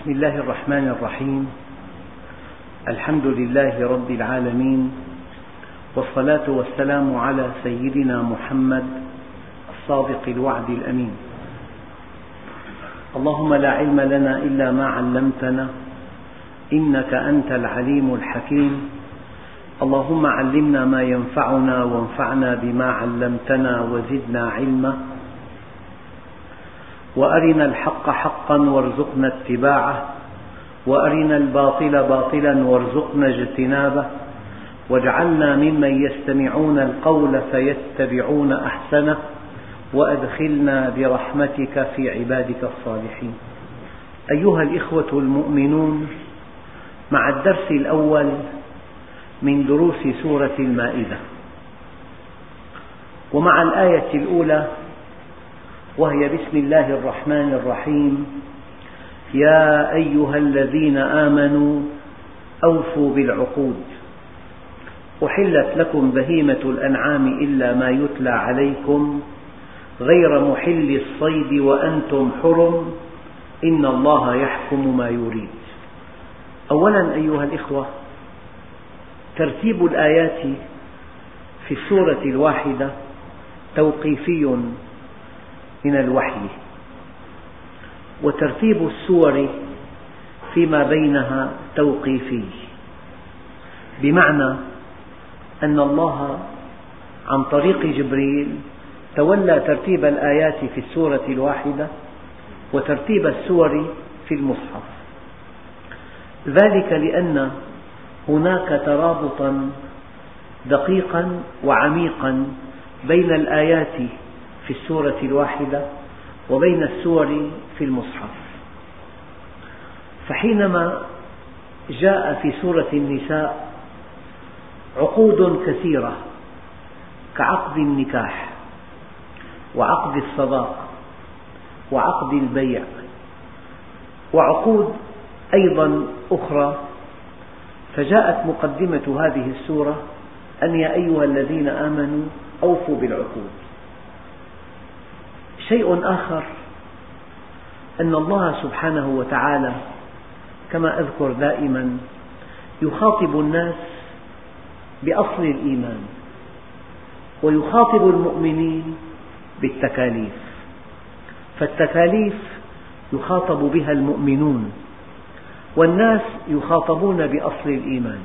بسم الله الرحمن الرحيم. الحمد لله رب العالمين، والصلاة والسلام على سيدنا محمد الصادق الوعد الأمين. اللهم لا علم لنا إلا ما علمتنا، إنك أنت العليم الحكيم. اللهم علمنا ما ينفعنا وانفعنا بما علمتنا وزدنا علما، وأرنا الحق حقا وارزقنا اتباعه، وأرنا الباطل باطلا وارزقنا اجتنابه، واجعلنا ممن يستمعون القول فيتبعون أحسنه، وأدخلنا برحمتك في عبادك الصالحين. أيها الإخوة المؤمنون، مع الدرس الأول من دروس سورة المائدة، ومع الآية الأولى وهي بسم الله الرحمن الرحيم: يا أيها الذين آمنوا أوفوا بالعقود، أحلت لكم بهيمة الأنعام إلا ما يتلى عليكم غير محل الصيد وأنتم حرم، إن الله يحكم ما يريد. أولا أيها الإخوة، ترتيب الآيات في السورة الواحدة توقيفي من الوحي، وترتيب السور فيما بينها توقيفي، بمعنى أن الله عن طريق جبريل تولى ترتيب الآيات في السورة الواحدة وترتيب السور في المصحف، ذلك لأن هناك ترابطا دقيقا وعميقا بين الآيات في السورة الواحدة وبين السور في المصحف. فحينما جاء في سورة النساء عقود كثيرة كعقد النكاح وعقد الصداق وعقد البيع وعقود أيضا أخرى، فجاءت مقدمة هذه السورة أن يا أيها الذين آمنوا أوفوا بالعقود. شيء آخر أن الله سبحانه وتعالى كما أذكر دائما يخاطب الناس بأصل الإيمان، ويخاطب المؤمنين بالتكاليف، فالتكاليف يخاطب بها المؤمنون، والناس يخاطبون بأصل الإيمان.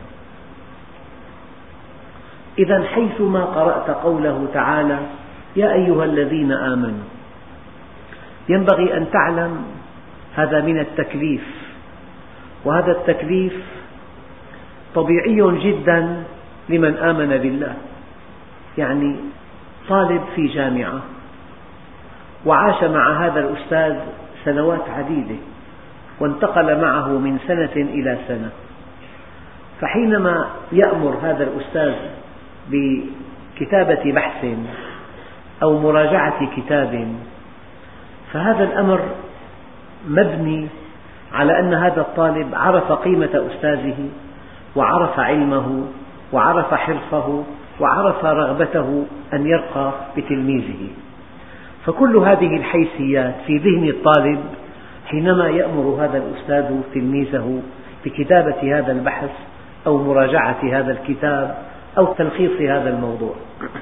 إذا حيثما قرأت قوله تعالى يا أيها الذين آمنوا، ينبغي أن تعلم هذا من التكليف، وهذا التكليف طبيعي جدا لمن آمن بالله. يعني طالب في جامعة وعاش مع هذا الأستاذ سنوات عديدة وانتقل معه من سنة إلى سنة، فحينما يأمر هذا الأستاذ بكتابة بحث أو مراجعة كتاب، فهذا الأمر مبني على أن هذا الطالب عرف قيمة أستاذه وعرف علمه وعرف حرصه وعرف رغبته أن يرقى بتلميذه. فكل هذه الحيثيات في ذهن الطالب حينما يأمر هذا الأستاذ تلميذه بكتابة هذا البحث أو مراجعة هذا الكتاب أو تلخيص هذا الموضوع.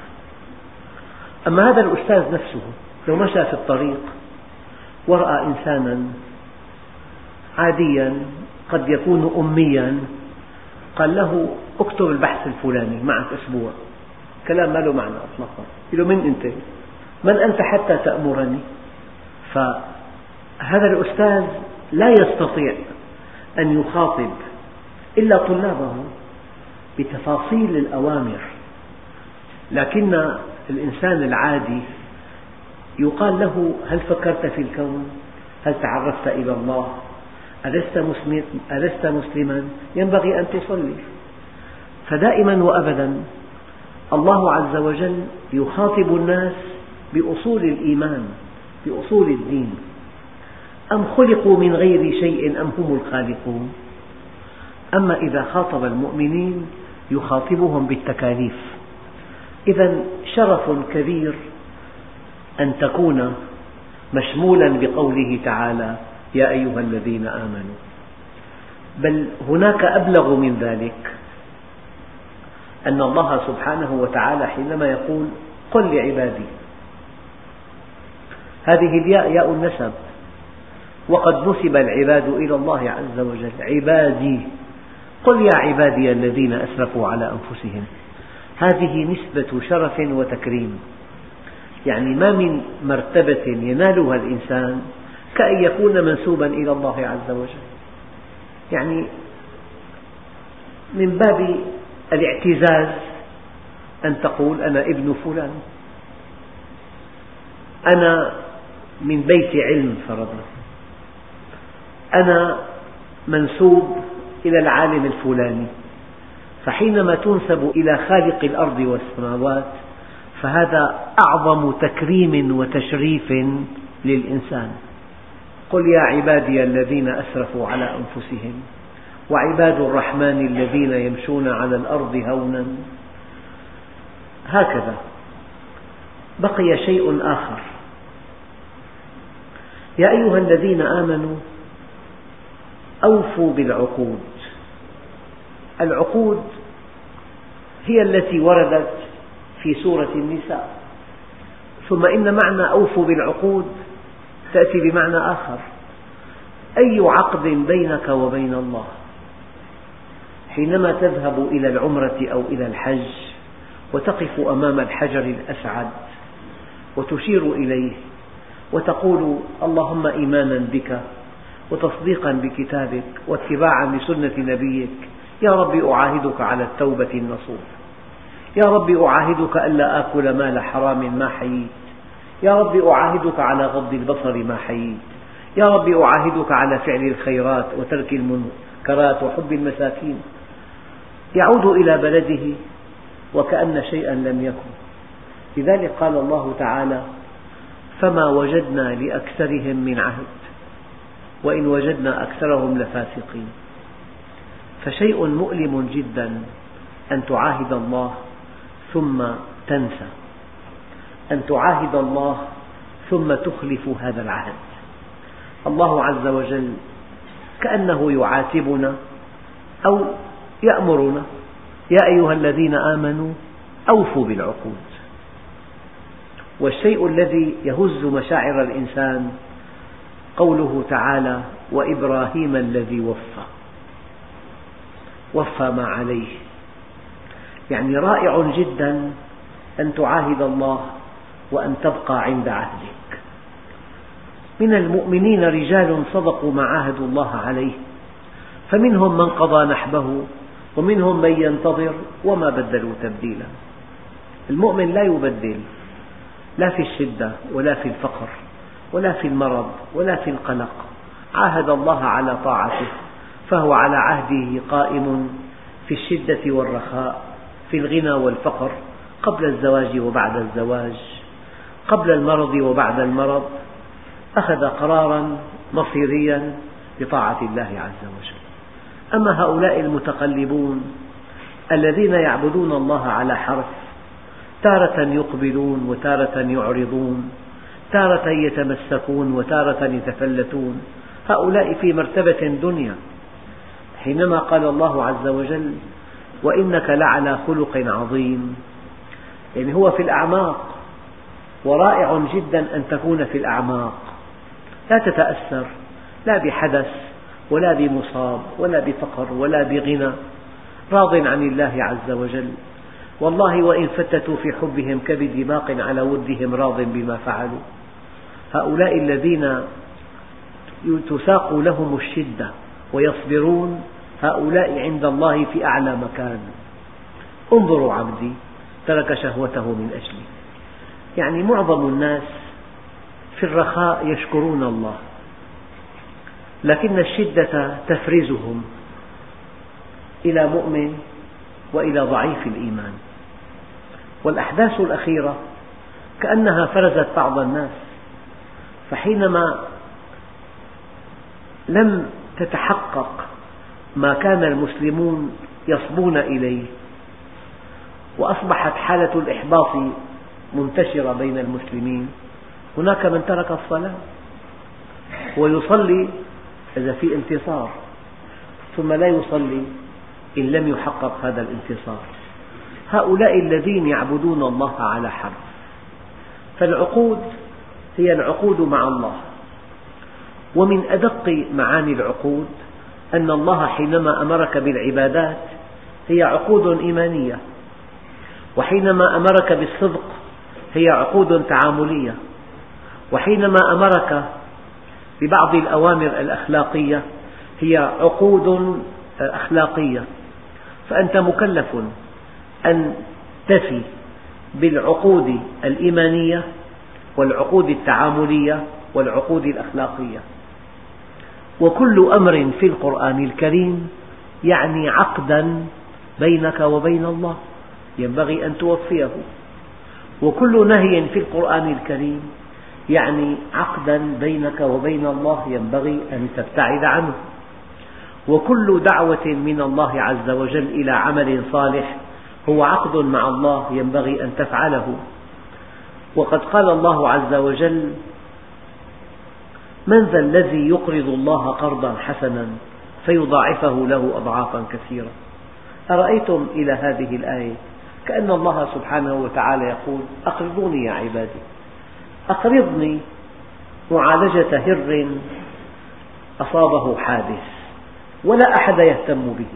أما هذا الأستاذ نفسه لو مشى في الطريق ورأى إنسانا عاديا قد يكون أميا قال له اكتب البحث الفلاني معك أسبوع، كلام ما له معنى أطلاقا. يقول له من أنت؟ من أنت حتى تأمرني؟ فهذا الأستاذ لا يستطيع أن يخاطب إلا طلابه بتفاصيل الأوامر، لكن الإنسان العادي يقال له هل فكرت في الكون؟ هل تعرفت إلى الله؟ ألست مسلما؟ ينبغي أن تصلي. فدائما وأبدا الله عز وجل يخاطب الناس بأصول الإيمان، بأصول الدين. أم خلقوا من غير شيء أم هم الخالقون؟ أما إذا خاطب المؤمنين يخاطبهم بالتكاليف. إذا شرف كبير أن تكون مشمولا بقوله تعالى يا أيها الذين آمنوا. بل هناك أبلغ من ذلك، أن الله سبحانه وتعالى حينما يقول قل لعبادي، هذه الياء ياء النسب، وقد نسب العباد إلى الله عز وجل، عبادي، قل يا عبادي الذين أسرفوا على أنفسهم، هذه نسبة شرف وتكريم، يعني ما من مرتبة ينالها الإنسان كأن يكون منسوبا إلى الله عز وجل، يعني من باب الاعتزاز أن تقول أنا ابن فلان، أنا من بيت علم فرضا، أنا منسوب إلى العالم الفلاني، فحينما تنسب إلى خالق الأرض والسماوات فهذا أعظم تكريم وتشريف للإنسان. قل يا عبادي الذين أسرفوا على أنفسهم وعباد الرحمن الذين يمشون على الأرض هونا، هكذا. بقي شيء آخر، يا أيها الذين آمنوا أوفوا بالعقود. العقود هي التي وردت في سورة النساء، ثم إن معنى أوفوا بالعقود تأتي بمعنى آخر، أي عقد بينك وبين الله. حينما تذهب إلى العمرة أو إلى الحج وتقف أمام الحجر الأسعد وتشير إليه وتقول اللهم إيمانا بك وتصديقا بكتابك واتباعا لسنة نبيك، يا رب أعاهدك على التوبة النصوح، يا رب أعاهدك ألا آكل مال حرام ما حييت، يا رب أعاهدك على غض البصر ما حييت، يا رب أعاهدك على فعل الخيرات وترك المنكرات وحب المساكين، يعود إلى بلده وكأن شيئا لم يكن. لذلك قال الله تعالى فما وجدنا لأكثرهم من عهد وإن وجدنا أكثرهم لفاسقين. فشيء مؤلم جدا أن تعاهد الله ثم تنسى، أن تعاهد الله ثم تخلف هذا العهد. الله عز وجل كأنه يعاتبنا أو يأمرنا، يا أيها الذين آمنوا أوفوا بالعقود. والشيء الذي يهز مشاعر الإنسان قوله تعالى وإبراهيم الذي وفى ما عليه، يعني رائع جدا أن تعاهد الله وأن تبقى عند عهدك. من المؤمنين رجال صدقوا ما عاهدوا الله عليه، فمنهم من قضى نحبه ومنهم من ينتظر وما بدلوا تبديلا. المؤمن لا يبدل، لا في الشدة ولا في الفقر ولا في المرض ولا في القلق، عاهد الله على طاعته فهو على عهده قائم في الشدة والرخاء، في الغنى والفقر، قبل الزواج وبعد الزواج، قبل المرض وبعد المرض، أخذ قرارا مصيريا بطاعة الله عز وجل. أما هؤلاء المتقلبون الذين يعبدون الله على حرف، تارة يقبلون وتارة يعرضون، تارة يتمسكون وتارة يتفلتون، هؤلاء في مرتبة دنيا. حينما قال الله عز وجل وإنك لعلى خلق عظيم، يعني هو في الأعماق، ورائع جدا أن تكون في الأعماق، لا تتأثر لا بحدث ولا بمصاب ولا بفقر ولا بغنى، راض عن الله عز وجل. والله وإن فتتوا في حبهم كبدي باق على ودهم راض بما فعلوا. هؤلاء الذين تساق لهم الشدة ويصبرون، هؤلاء عند الله في أعلى مكان. انظروا عبدي ترك شهوته من أجلي، يعني معظم الناس في الرخاء يشكرون الله، لكن الشدة تفرزهم إلى مؤمن وإلى ضعيف الإيمان. والأحداث الأخيرة كأنها فرزت بعض الناس، فحينما لم تتحقق ما كان المسلمون يصبون إليه وأصبحت حالة الإحباط منتشرة بين المسلمين، هناك من ترك الصلاة ويصلي إذا في انتصار، ثم لا يصلي إن لم يحقق هذا الانتصار. هؤلاء الذين يعبدون الله على حرف. فالعقود هي العقود مع الله، ومن أدق معاني العقود أن الله حينما أمرك بالعبادات هي عقود إيمانية، وحينما أمرك بالصدق هي عقود تعاملية، وحينما أمرك ببعض الأوامر الأخلاقية هي عقود أخلاقية. فأنت مكلف أن تفي بالعقود الإيمانية والعقود التعاملية والعقود الأخلاقية. وكل أمر في القرآن الكريم يعني عقدا بينك وبين الله ينبغي أن توفيه، وكل نهي في القرآن الكريم يعني عقدا بينك وبين الله ينبغي أن تبتعد عنه، وكل دعوة من الله عز وجل إلى عمل صالح هو عقد مع الله ينبغي أن تفعله. وقد قال الله عز وجل: من ذا الذي يقرض الله قرضا حسنا فيضاعفه له أضعافا كثيرة. أرأيتم إلى هذه الآية كأن الله سبحانه وتعالى يقول: أقرضوني يا عبادي، أقرضني معالجة هر أصابه حادث ولا أحد يهتم به.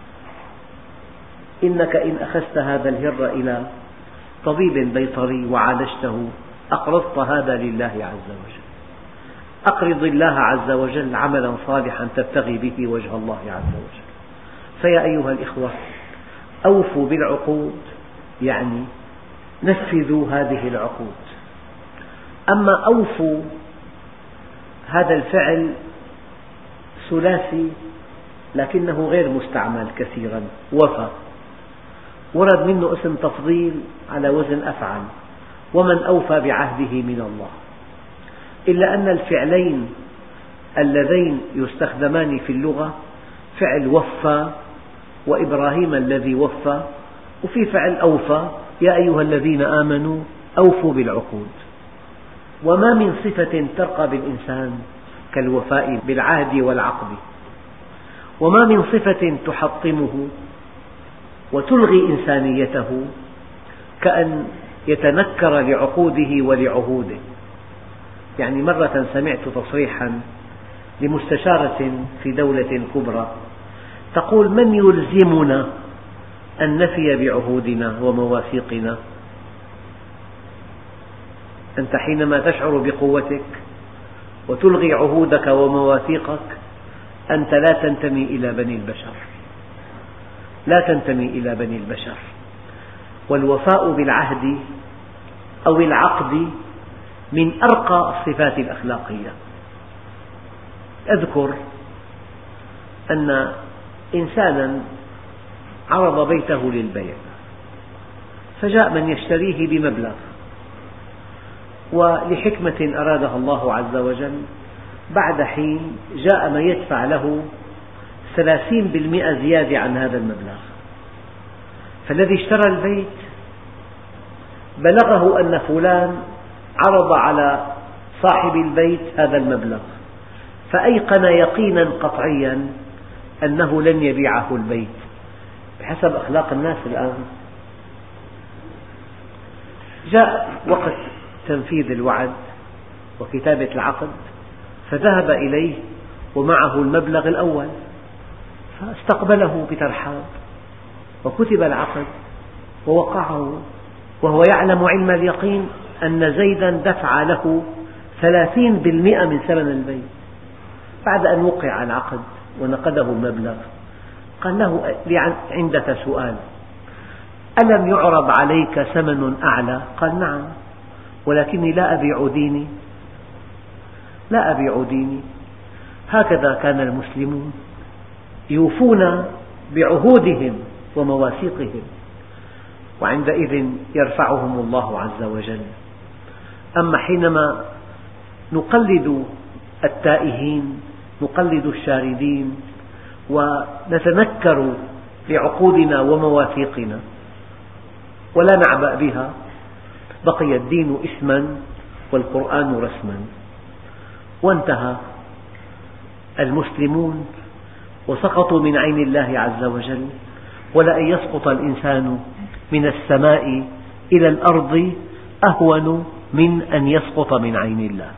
إنك إن أخذت هذا الهر إلى طبيب بيطري وعالجته أقرضت هذا لله عز وجل. أقرض الله عز وجل عملا صالحا تبتغي به وجه الله عز وجل. فيا أيها الإخوة، أوفوا بالعقود، يعني نفذوا هذه العقود. أما أوفوا هذا الفعل ثلاثي لكنه غير مستعمل كثيرا. وفى ورد منه اسم تفضيل على وزن أفعل، ومن أوفى بعهده من الله، إلا أن الفعلين اللذين يستخدمان في اللغة فعل وفى وإبراهيم الذي وفى، وفي فعل أوفى يا أيها الذين آمنوا أوفوا بالعقود. وما من صفة ترقى بالإنسان كالوفاء بالعهد والعقد، وما من صفة تحطمه وتلغي إنسانيته كأن يتنكر لعقوده ولعهوده. يعني مرة سمعت تصريحا لمستشارة في دولة كبرى تقول: من يلزمنا أن نفي بعهودنا ومواثيقنا؟ أنت حينما تشعر بقوتك وتلغي عهودك ومواثيقك أنت لا تنتمي إلى بني البشر، لا تنتمي إلى بني البشر. والوفاء بالعهد أو العقد من أرقى الصفات الأخلاقية. أذكر أن إنسانا عرض بيته للبيع، فجاء من يشتريه بمبلغ، ولحكمة أرادها الله عز وجل بعد حين جاء من يدفع له 30% زيادة عن هذا المبلغ. فالذي اشترى البيت بلغه أن فلان عرض على صاحب البيت هذا المبلغ، فأيقن يقينا قطعيا أنه لن يبيعه البيت بحسب أخلاق الناس الآن. جاء وقت تنفيذ الوعد وكتابة العقد، فذهب إليه ومعه المبلغ الأول، فاستقبله بترحاب وكتب العقد ووقعه، وهو يعلم علم اليقين أن زيدا دفع له 30% من ثمن البيت. بعد أن وقع العقد ونقده المبلغ قال له: لي عندك سؤال، ألم يعرض عليك ثمن أعلى؟ قال: نعم، ولكني لا أبيع ديني، لا أبيع ديني. هكذا كان المسلمون يوفون بعهودهم ومواثيقهم، وعندئذ يرفعهم الله عز وجل. أما حينما نقلد التائهين، نقلد الشاردين، ونتنكر لعقودنا ومواثيقنا ولا نعبأ بها، بقي الدين اسما والقرآن رسما، وانتهى. المسلمون وسقطوا من عين الله عز وجل، ولأن يسقط الإنسان من السماء إلى الأرض أهون من أن يسقط من عين الله.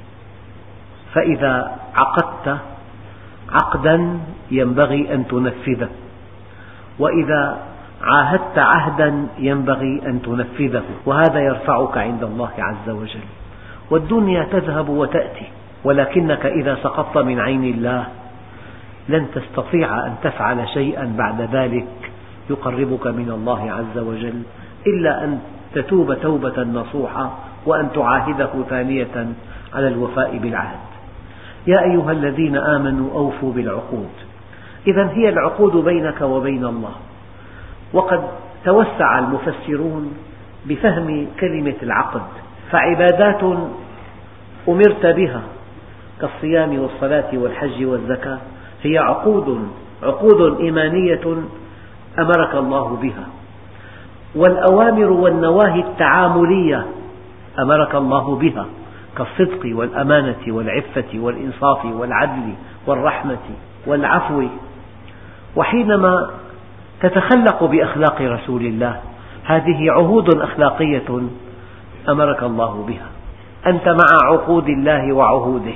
فإذا عقدت عقدا ينبغي أن تنفذه، وإذا عاهدت عهدا ينبغي أن تنفذه، وهذا يرفعك عند الله عز وجل. والدنيا تذهب وتأتي، ولكنك إذا سقطت من عين الله لن تستطيع أن تفعل شيئا بعد ذلك يقربك من الله عز وجل إلا أن تتوب توبة نصوحة، وأن تعاهده ثانية على الوفاء بالعهد. يا أيها الذين آمنوا أوفوا بالعقود. إذن هي العقود بينك وبين الله. وقد توسع المفسرون بفهم كلمة العقد، فعبادات أمرت بها كالصيام والصلاة والحج والزكاة هي عقود إيمانية أمرك الله بها، والأوامر والنواهي التعاملية أمرك الله بها كالصدق والأمانة والعفة والإنصاف والعدل والرحمة والعفو. وحينما تتخلق بأخلاق رسول الله هذه عهود أخلاقية أمرك الله بها، أنت مع عقود الله وعهوده.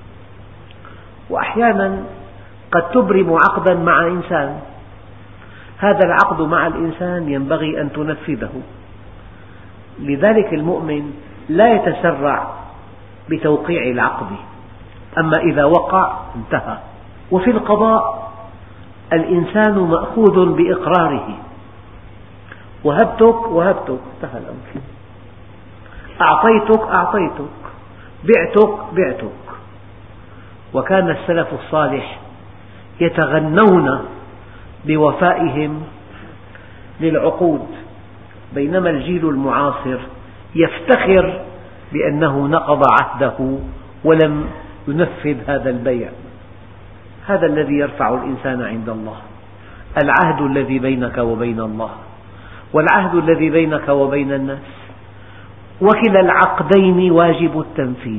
وأحيانا قد تبرم عقدا مع إنسان، هذا العقد مع الإنسان ينبغي أن تنفذه. لذلك المؤمن لا يتسرع بتوقيع العقد، أما إذا وقع انتهى. وفي القضاء الإنسان مأخوذ بإقراره، وهبتك انتهى الأمر، أعطيتك بعتك. وكان السلف الصالح يتغنون بوفائهم للعقود، بينما الجيل المعاصر يفتخر بأنه نقض عهده ولم ينفذ هذا البيع. هذا الذي يرفع الإنسان عند الله، العهد الذي بينك وبين الله والعهد الذي بينك وبين الناس، وكلا العقدين واجب التنفيذ.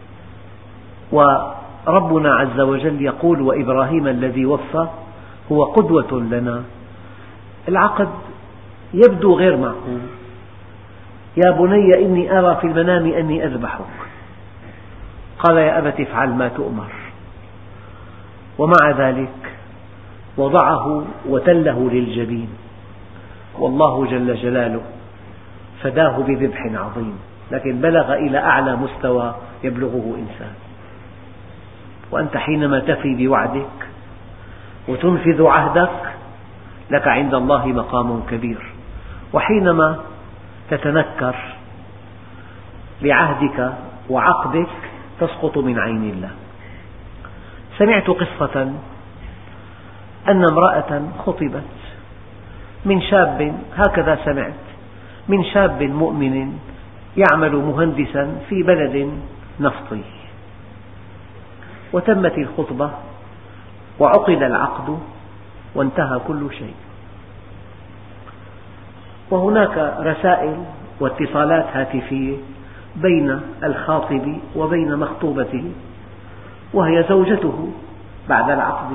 وربنا عز وجل يقول: وإبراهيم الذي وفى هو قدوة لنا. العقد يبدو غير معقول، يا بني إني أرى في المنام أني أذبحك، قال يا أبت افعل ما تؤمر، ومع ذلك وضعه وتله للجبين، والله جل جلاله فداه بذبح عظيم، لكن بلغ إلى أعلى مستوى يبلغه إنسان. وأنت حينما تفي بوعدك وتنفذ عهدك لك عند الله مقام كبير، وحينما تتنكر لعهدك وعقدك تسقط من عين الله. سمعت قصة أن امرأة خطبت من شاب، هكذا سمعت، من شاب مؤمن يعمل مهندسا في بلد نفطي، وتمت الخطبة وعقد العقد وانتهى كل شيء، وهناك رسائل واتصالات هاتفية بين الخاطب وبين مخطوبته وهي زوجته بعد العقد.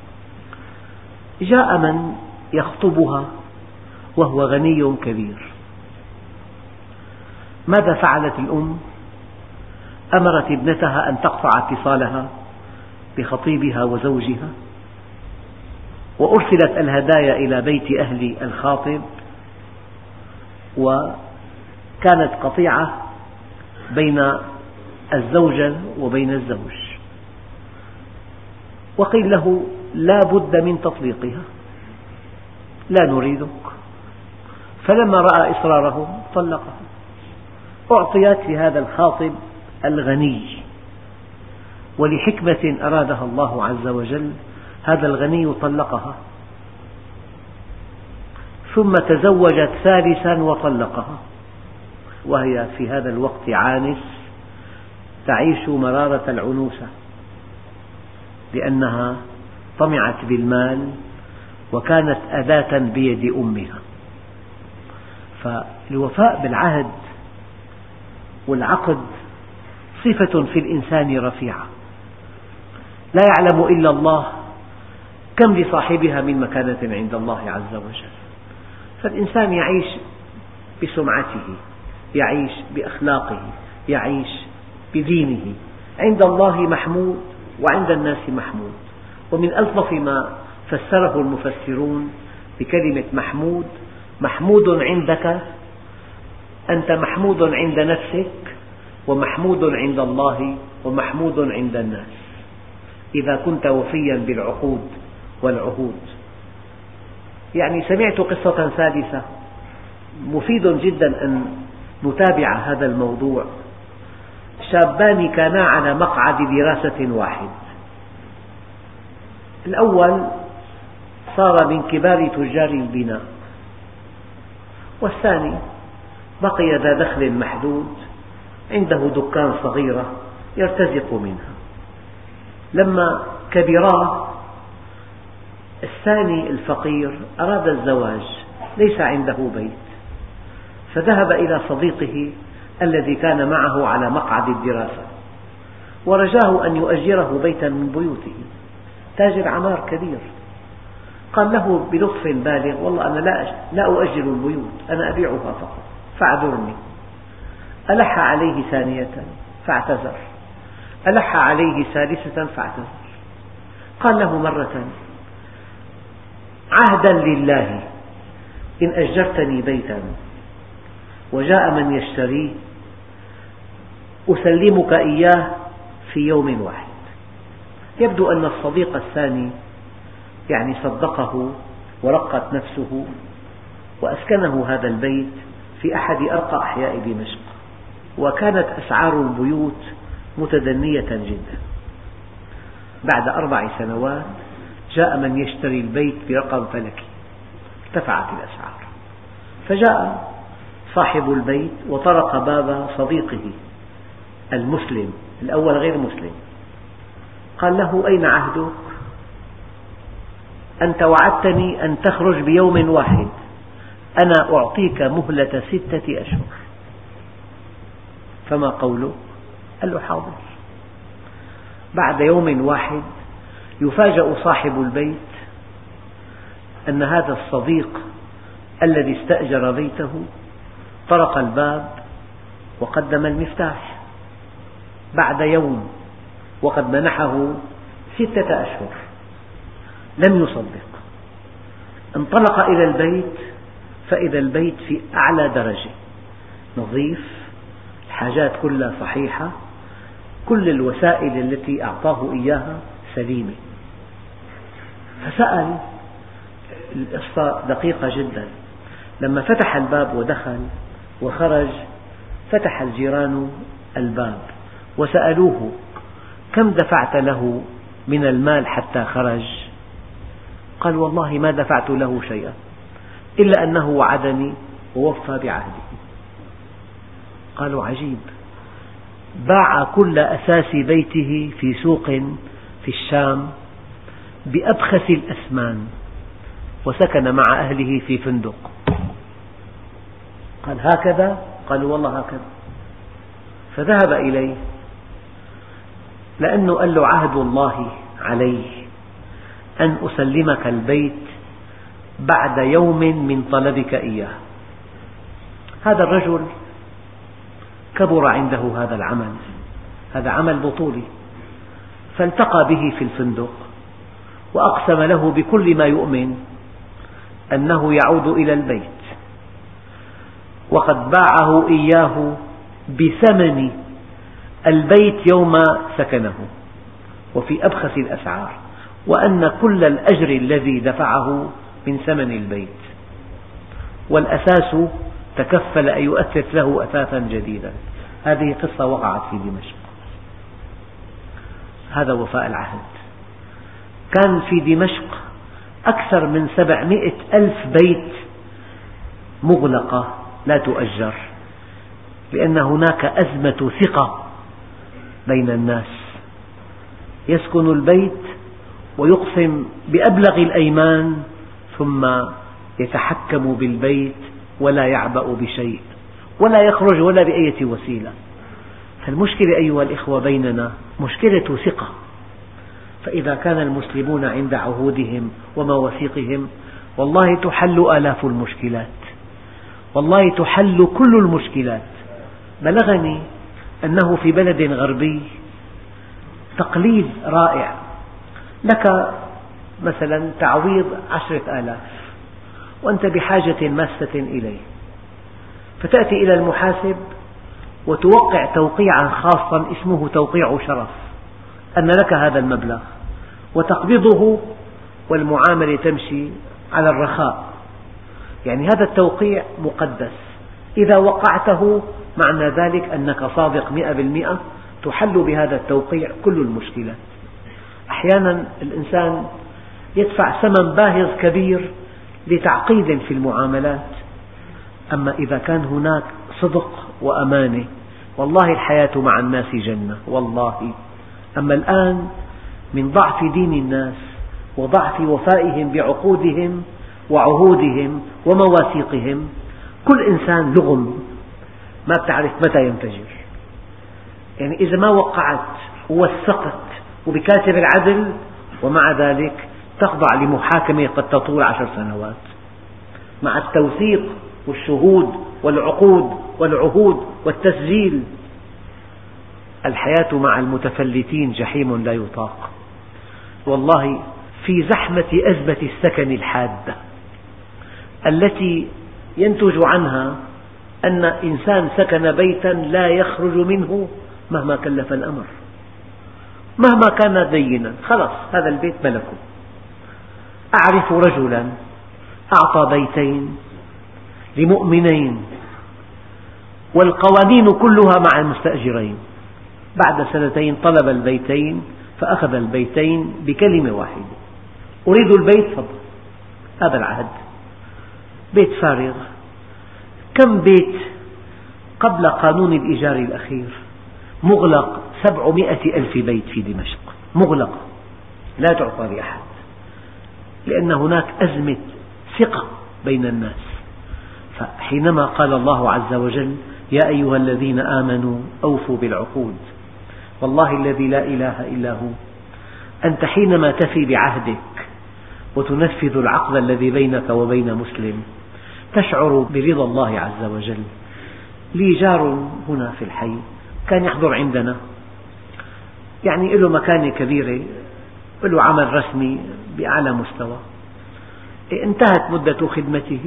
جاء من يخطبها وهو غني كبير. ماذا فعلت الأم؟ أمرت ابنتها أن تقطع اتصالها بخطيبها وزوجها، وأرسلت الهدايا إلى بيت أهل الخاطب، وكانت قطيعة بين الزوجة وبين الزوج، وقيل له لا بد من تطليقها، لا نريدك. فلما رأى إصرارهم طلقها. أعطيت لهذا الخاطب الغني، ولحكمة أرادها الله عز وجل هذا الغني طلقها، ثم تزوجت ثالثا وطلقها، وهي في هذا الوقت عانس تعيش مرارة العنوسة، لأنها طمعت بالمال وكانت أداة بيد أمها. فالوفاء بالعهد والعقد صفة في الإنسان رفيعة، لا يعلم إلا الله كم لصاحبها من مكانة عند الله عز وجل. فالإنسان يعيش بسمعته، يعيش بأخلاقه، يعيش بدينه، عند الله محمود وعند الناس محمود. ومن ألطف ما فسره المفسرون بكلمة محمود: محمود عندك، أنت محمود عند نفسك، ومحمود عند الله، ومحمود عند الناس، إذا كنت وفيا بالعقود والعهود. يعني سمعت قصة ثالثة مفيد جدا أن نتابع هذا الموضوع. شابان كانا على مقعد دراسة واحد، الأول صار من كبار تجار البناء، والثاني بقي ذا دخل محدود، عنده دكان صغيرة يرتزق منها. لما كبرا الثاني الفقير أراد الزواج، ليس عنده بيت، فذهب إلى صديقه الذي كان معه على مقعد الدراسة ورجاه أن يؤجره بيتا من بيوته، تاجر عمار كبير. قال له بلطف بالغ: والله أنا لا أؤجر البيوت، أنا أبيعها فقط، فاعذرني. ألح عليه ثانية فاعتذر، ألح عليه ثالثة فاعتذر. قال له مرة: عهدا لله إن أجرتني بيتا وجاء من يشتريه أسلمك إياه في يوم واحد. يبدو أن الصديق الثاني يعني صدقه ورقت نفسه وأسكنه هذا البيت في أحد أرقى أحياء دمشق، وكانت أسعار البيوت متدنية جدا. بعد 4 سنوات جاء من يشتري البيت برقم فلكي، ارتفعت الأسعار، فجاء صاحب البيت وطرق باب صديقه المسلم، الأول غير مسلم، قال له: أين عهدك؟ أنت وعدتني أن تخرج بيوم واحد، أنا أعطيك مهلة 6 أشهر، فما قوله؟ قال له: حاضر. بعد يوم واحد يفاجأ صاحب البيت أن هذا الصديق الذي استأجر بيته طرق الباب وقدم المفتاح بعد يوم، وقد منحه 6 أشهر. لم يصدق، انطلق إلى البيت فإذا البيت في أعلى درجة، نظيف، الحاجات كلها صحيحة، كل الوسائل التي أعطاه إياها سليمة. فسأل، القصة دقيقة جدا، لما فتح الباب ودخل وخرج فتح الجيران الباب وسألوه: كم دفعت له من المال حتى خرج؟ قال: والله ما دفعت له شيئا إلا أنه وعدني ووفى بعهده. قالوا: عجيب. باع كل أثاث بيته في سوق في الشام بأبخس الأثمان وسكن مع أهله في فندق. قال: هكذا؟ قالوا: والله هكذا. فذهب إليه لأنه قال له: عهد الله علي أن أسلمك البيت بعد يوم من طلبك إياه. هذا الرجل كبر عنده هذا العمل، هذا عمل بطولي، فالتقى به في الفندق وأقسم له بكل ما يؤمن أنه يعود إلى البيت، وقد باعه إياه بثمن البيت يوم سكنه وفي أبخس الأسعار، وأن كل الأجر الذي دفعه من ثمن البيت، والأساس تكفل أن يؤسس له أساسا جديدا. هذه قصة وقعت في دمشق. هذا وفاء العهد. كان في دمشق أكثر من 700,000 بيت مغلقة لا تؤجر، لأن هناك أزمة ثقة بين الناس، يسكن البيت ويقسم بأبلغ الأيمان ثم يتحكم بالبيت ولا يعبأ بشيء ولا يخرج ولا بأية وسيلة. فالمشكلة أيها الإخوة بيننا مشكلة ثقة، فإذا كان المسلمون عند عهودهم ومواثيقهم والله تحل آلاف المشكلات، والله تحل كل المشكلات. بلغني أنه في بلد غربي تقليد رائع، لك مثلا تعويض 10,000 وأنت بحاجة ماسة إليه، فتأتي إلى المحاسب وتوقع توقيعا خاصا اسمه توقيع شرف أن لك هذا المبلغ، وتقبضه والمعاملة تمشي على الرخاء. يعني هذا التوقيع مقدس، إذا وقعته معنى ذلك أنك صادق 100%، تحل بهذا التوقيع كل المشكلات. أحيانا الإنسان يدفع ثمن باهظ كبير لتعقيد في المعاملات، أما إذا كان هناك صدق وأمانة والله الحياة مع الناس جنة والله. أما الآن من ضعف دين الناس وضعف وفائهم بعقودهم وعهودهم ومواثيقهم كل إنسان لغم ما تعرف متى ينفجر. يعني إذا ما وقعت ووثقت وبكاتب العدل ومع ذلك تخضع لمحاكمة قد تطول 10 سنوات مع التوثيق والشهود والعقود والعهود والتسجيل. الحياة مع المتفلتين جحيم لا يطاق. والله في زحمة أزمة السكن الحادة التي ينتج عنها أن إنسان سكن بيتا لا يخرج منه مهما كلف الأمر، مهما كان دينا، خلاص هذا البيت ملكه. أعرف رجلا أعطى بيتين لمؤمنين والقوانين كلها مع المستأجرين، بعد 2 سنين طلب البيتين فأخذ البيتين بكلمة واحدة: أريد البيت فضل. هذا العهد، بيت فارغ. كم بيت قبل قانون الإيجار الأخير مغلق 700,000 بيت في دمشق مغلق لا تعطى لأحد، لأن هناك أزمة ثقة بين الناس. فحينما قال الله عز وجل: يا أيها الذين آمنوا أوفوا بالعقود، والله الذي لا إله إلا هو، أنت حينما تفي بعهدك وتنفذ العقد الذي بينك وبين مسلم تشعر برضا الله عز وجل. لي جار هنا في الحي كان يحضر عندنا، يعني له مكانة كبيرة، له عمل رسمي بأعلى مستوى، انتهت مدة خدمته،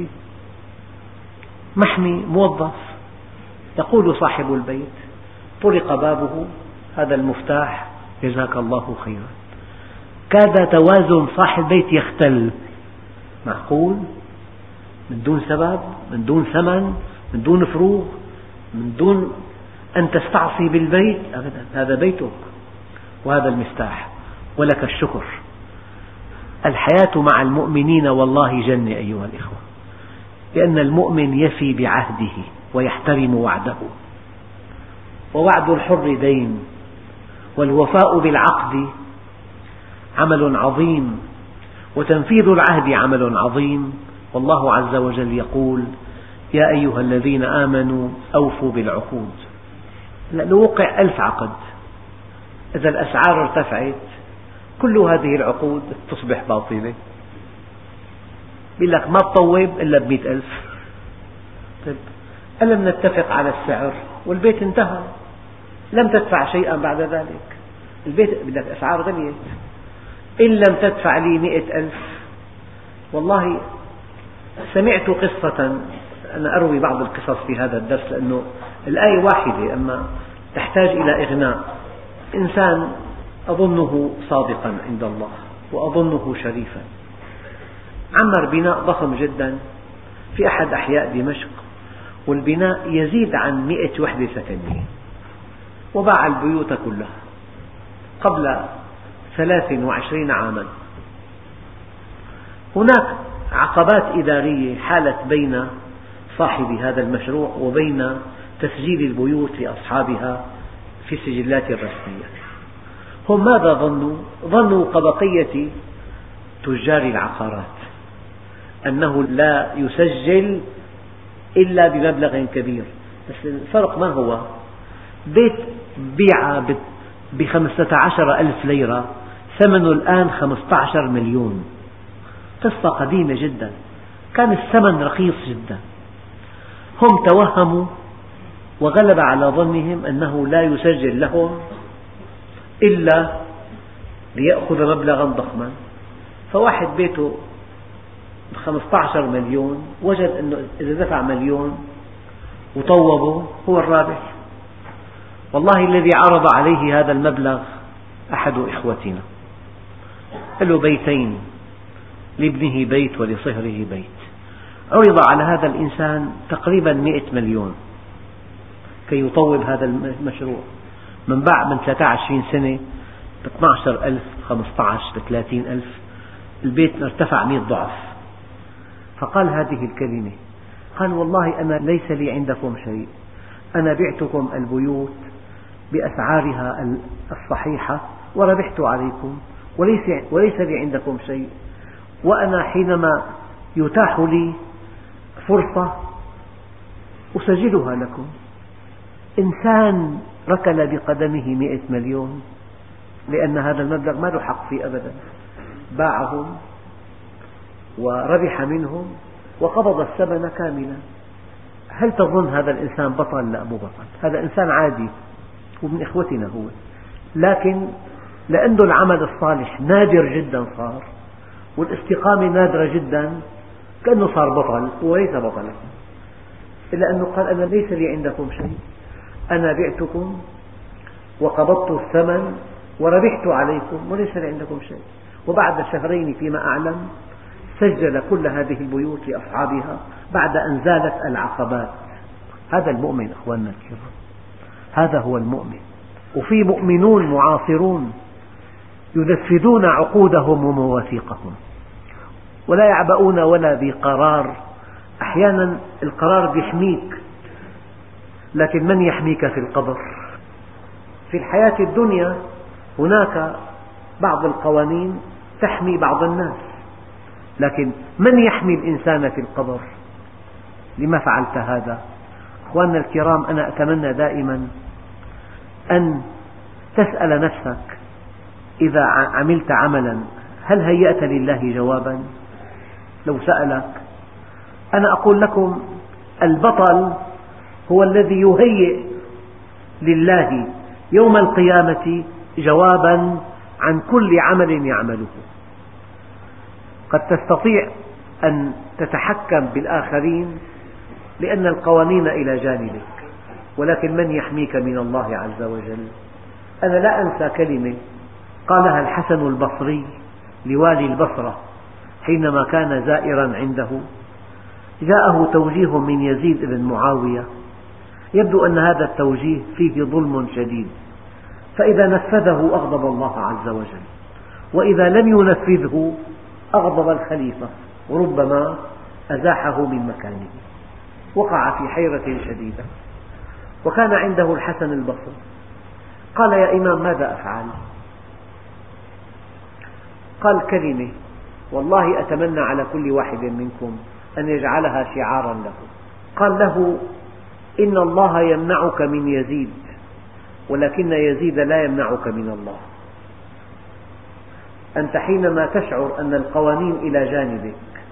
محمي موظف. يقول صاحب البيت: طرق بابه، هذا المفتاح، جزاك الله خيرا. كاد توازن صاحب البيت يختل. معقول؟ من دون سبب، من دون ثمن، من دون فروغ، من دون أن تستعصي بالبيت؟ أبدا، هذا بيتك وهذا المفتاح ولك الشكر. الحياة مع المؤمنين والله جنة أيها الإخوة، لأن المؤمن يفي بعهده ويحترم وعده، ووعد الحر دين، والوفاء بالعقد عمل عظيم، وتنفيذ العهد عمل عظيم. والله عز وجل يقول: يا أيها الذين آمنوا أوفوا بالعقود. لو وقع 1000 عقد، إذا الأسعار ارتفعت كل هذه العقود تصبح باطلة. يقول لك ما تطوب إلا ب100,000. طيب ألم نتفق على السعر والبيت انتهى، لم تدفع شيئا بعد ذلك، البيت يقول لك أسعار غليت، إن لم تدفع لي 100,000. والله سمعت قصة، أنا أروي بعض القصص في هذا الدرس لأنه الآية واحدة أما تحتاج إلى إغناء. إنسان أظنه صادقا عند الله وأظنه شريفا، عمر بناء ضخم جدا في أحد أحياء دمشق، والبناء يزيد عن 100 وحدة سكنية، وباع البيوت كلها قبل 23 عاما. هناك عقبات إدارية حالت بين صاحب هذا المشروع وبين تسجيل البيوت لأصحابها في السجلات الرسمية. هم ماذا ظنوا؟ ظنوا كبقية تجار العقارات أنه لا يسجل إلا بمبلغ كبير، بس الفرق ما هو؟ بيت بيع ب15,000 ليرة ثمنه الآن 15 مليون. قصة قديمة جدا، كان الثمن رخيص جدا. هم توهموا وغلب على ظنهم أنه لا يسجل لهم إلا ليأخذ مبلغا ضخما، فواحد بيته 15 مليون وجد أنه إذا دفع مليون وطوبه هو الرابح. والله الذي عرض عليه هذا المبلغ أحد إخوتنا، له بيتين، لابنه بيت ولصهره بيت. عرض على هذا الإنسان تقريبا 100 مليون كي يطوب هذا المشروع. من 23 سنة ب 12,000 15 ب 30,000 البيت ارتفع 100 ضعف. فقال هذه الكلمة، قال والله أنا ليس لي عندكم شيء، أنا بعتكم البيوت بأسعارها الصحيحة وربحت عليكم، وليس لي عندكم شيء، وأنا حينما يتاح لي فرصة أسجلها لكم. إنسان ركل بقدمه 100 مليون لأن هذا المبلغ ما له حق فيه أبدا، باعهم وربح منهم وقبض الثمن كاملا. هل تظن هذا الإنسان بطل؟ لا، مو بطل، هذا إنسان عادي ومن إخوتنا هو، لكن لأنه العمل الصالح نادر جدا صار، والاستقامة نادرة جدا، كأنه صار بطل وليس بطلا، إلا أنه قال أنا ليس لي عندكم شيء، أنا بعتكم وقبضت الثمن وربحت عليكم وليس لي عندكم شيء. وبعد شهرين فيما أعلم سجل كل هذه البيوت لأصحابها بعد أن زالت العقبات. هذا المؤمن أخواننا الكرام، هذا هو المؤمن. وفي مؤمنون معاصرون ينفذون عقودهم ومواثيقهم ولا يعبؤون ولا بقرار. أحيانا القرار يحميك، لكن من يحميك في القبر؟ في الحياة الدنيا هناك بعض القوانين تحمي بعض الناس، لكن من يحمي الإنسان في القبر؟ لما فعلت هذا؟ أخواننا الكرام، أنا أتمنى دائما أن تسأل نفسك إذا عملت عملا هل هيأت لله جوابا؟ لو سألك، أنا أقول لكم البطل هو الذي يهيئ لله يوم القيامة جوابا عن كل عمل يعمله. قد تستطيع أن تتحكم بالآخرين لأن القوانين إلى جانبك، ولكن من يحميك من الله عز وجل؟ أنا لا أنسى كلمة قالها الحسن البصري لوالي البصرة حينما كان زائرا عنده، جاءه توجيه من يزيد بن معاوية، يبدو أن هذا التوجيه فيه ظلم شديد، فإذا نفذه أغضب الله عز وجل، وإذا لم ينفذه أغضب الخليفة وربما أزاحه من مكانه. وقع في حيرة شديدة، وكان عنده الحسن البصري. قال يا إمام ماذا أفعل؟ قال كلمة والله أتمنى على كل واحد منكم أن يجعلها شعارا له. قال له إن الله يمنعك من يزيد، ولكن يزيد لا يمنعك من الله. أنت حينما تشعر أن القوانين إلى جانبك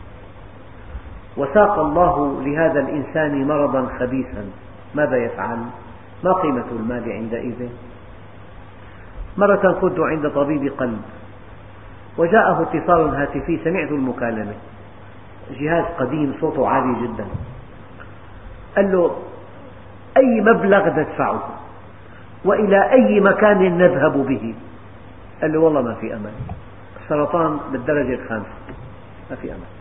وساق الله لهذا الإنسان مرضا خبيثا ماذا يفعل؟ ما قيمة المال عندئذ؟ مرة كنت عند طبيب قلب وجاءه اتصال هاتفي، سمعت المكالمة، جهاز قديم صوته عالي جدا، قال له أي مبلغ ندفعه وإلى أي مكان نذهب به؟ قال له والله ما في أمل، السرطان بالدرجة الخامسة، ما في أمل.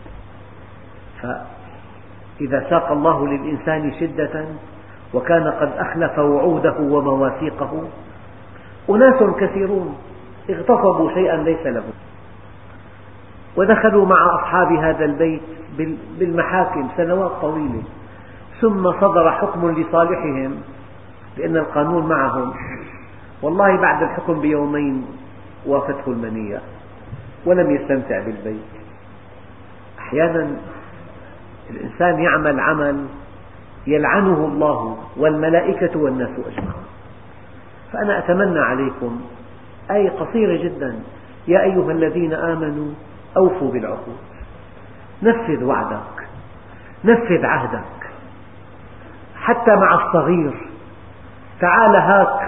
فإذا ساق الله للإنسان شدة وكان قد أخلف وعوده ومواثيقه، أناس كثيرون اغتصبوا شيئا ليس له ودخلوا مع أصحاب هذا البيت بالمحاكم سنوات طويلة، ثم صدر حكم لصالحهم لأن القانون معهم، والله بعد الحكم بيومين وافته المنية ولم يستمتع بالبيت. أحيانا الإنسان يعمل عمل يلعنه الله والملائكة والناس أجمعون. فأنا أتمنى عليكم آية قصيرة جدا، يا أيها الذين آمنوا أوفوا بالعقود، نفذ وعدك، نفذ عهدك، حتى مع الصغير. تعال هاك.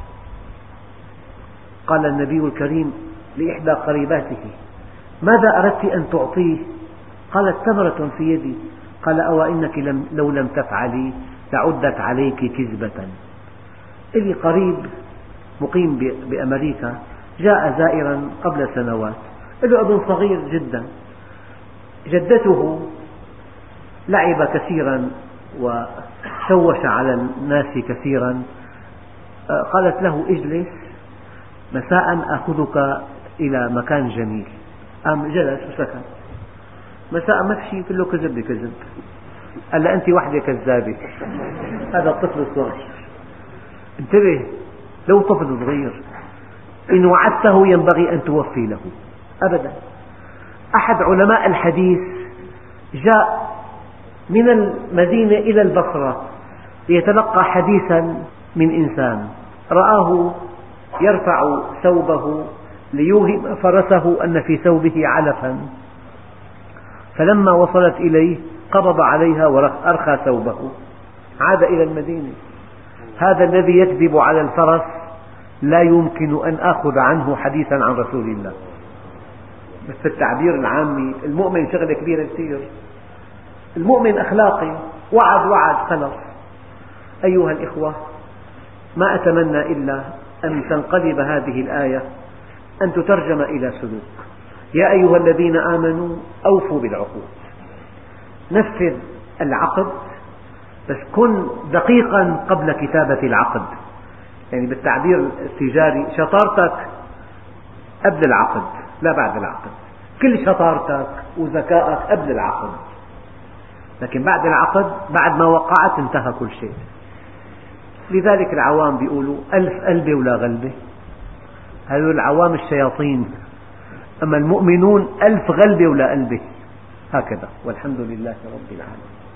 قال النبي الكريم لإحدى قريباته: ماذا أردت أن تعطيه؟ قالت: تمرة في يدي. قال: أو إنك لو لم تفعلي لعدت عليك كذبة. إلي قريب مقيم بأمريكا جاء زائرا قبل سنوات، له ابن صغير جدا، جدته لعب كثيرا وشوش على الناس كثيرا، قالت له: اجلس مساء آخذك إلى مكان جميل. قام جلس وسكت. مساء ما في شيء، كله كذب بكذب. قال لها: أنت وحدة كذابة. هذا الطفل الصغير، انتبه، لو طفل صغير إن وعدته ينبغي أن توفي له أبدا. أحد علماء الحديث جاء من المدينة إلى البصرة ليتلقى حديثا من إنسان، رآه يرفع ثوبه ليوهم فرسه أن في ثوبه علفا، فلما وصلت إليه قبض عليها وأرخى ثوبه، عاد إلى المدينة. هذا الذي يكذب على الفرس لا يمكن أن آخذ عنه حديثا عن رسول الله. بس في التعبير العامي المؤمن شغلة كبيرة كثير. المؤمن أخلاقي، وعد خلص. أيها الإخوة، ما أتمنى إلا أن تنقلب هذه الآية، أن تترجم إلى سلوك. يا أيها الذين آمنوا أوفوا بالعقود، نفذ العقد، بس كن دقيقا قبل كتابة العقد. يعني بالتعبير التجاري شطارتك قبل العقد لا بعد العقد، كل شطارتك وذكائك قبل العقد، لكن بعد العقد بعد ما وقعت انتهى كل شيء. لذلك العوام بيقولوا: ألف قلبة ولا غلبة. هذول العوام الشياطين، أما المؤمنون ألف غلبة ولا قلبة. هكذا، والحمد لله رب العالمين.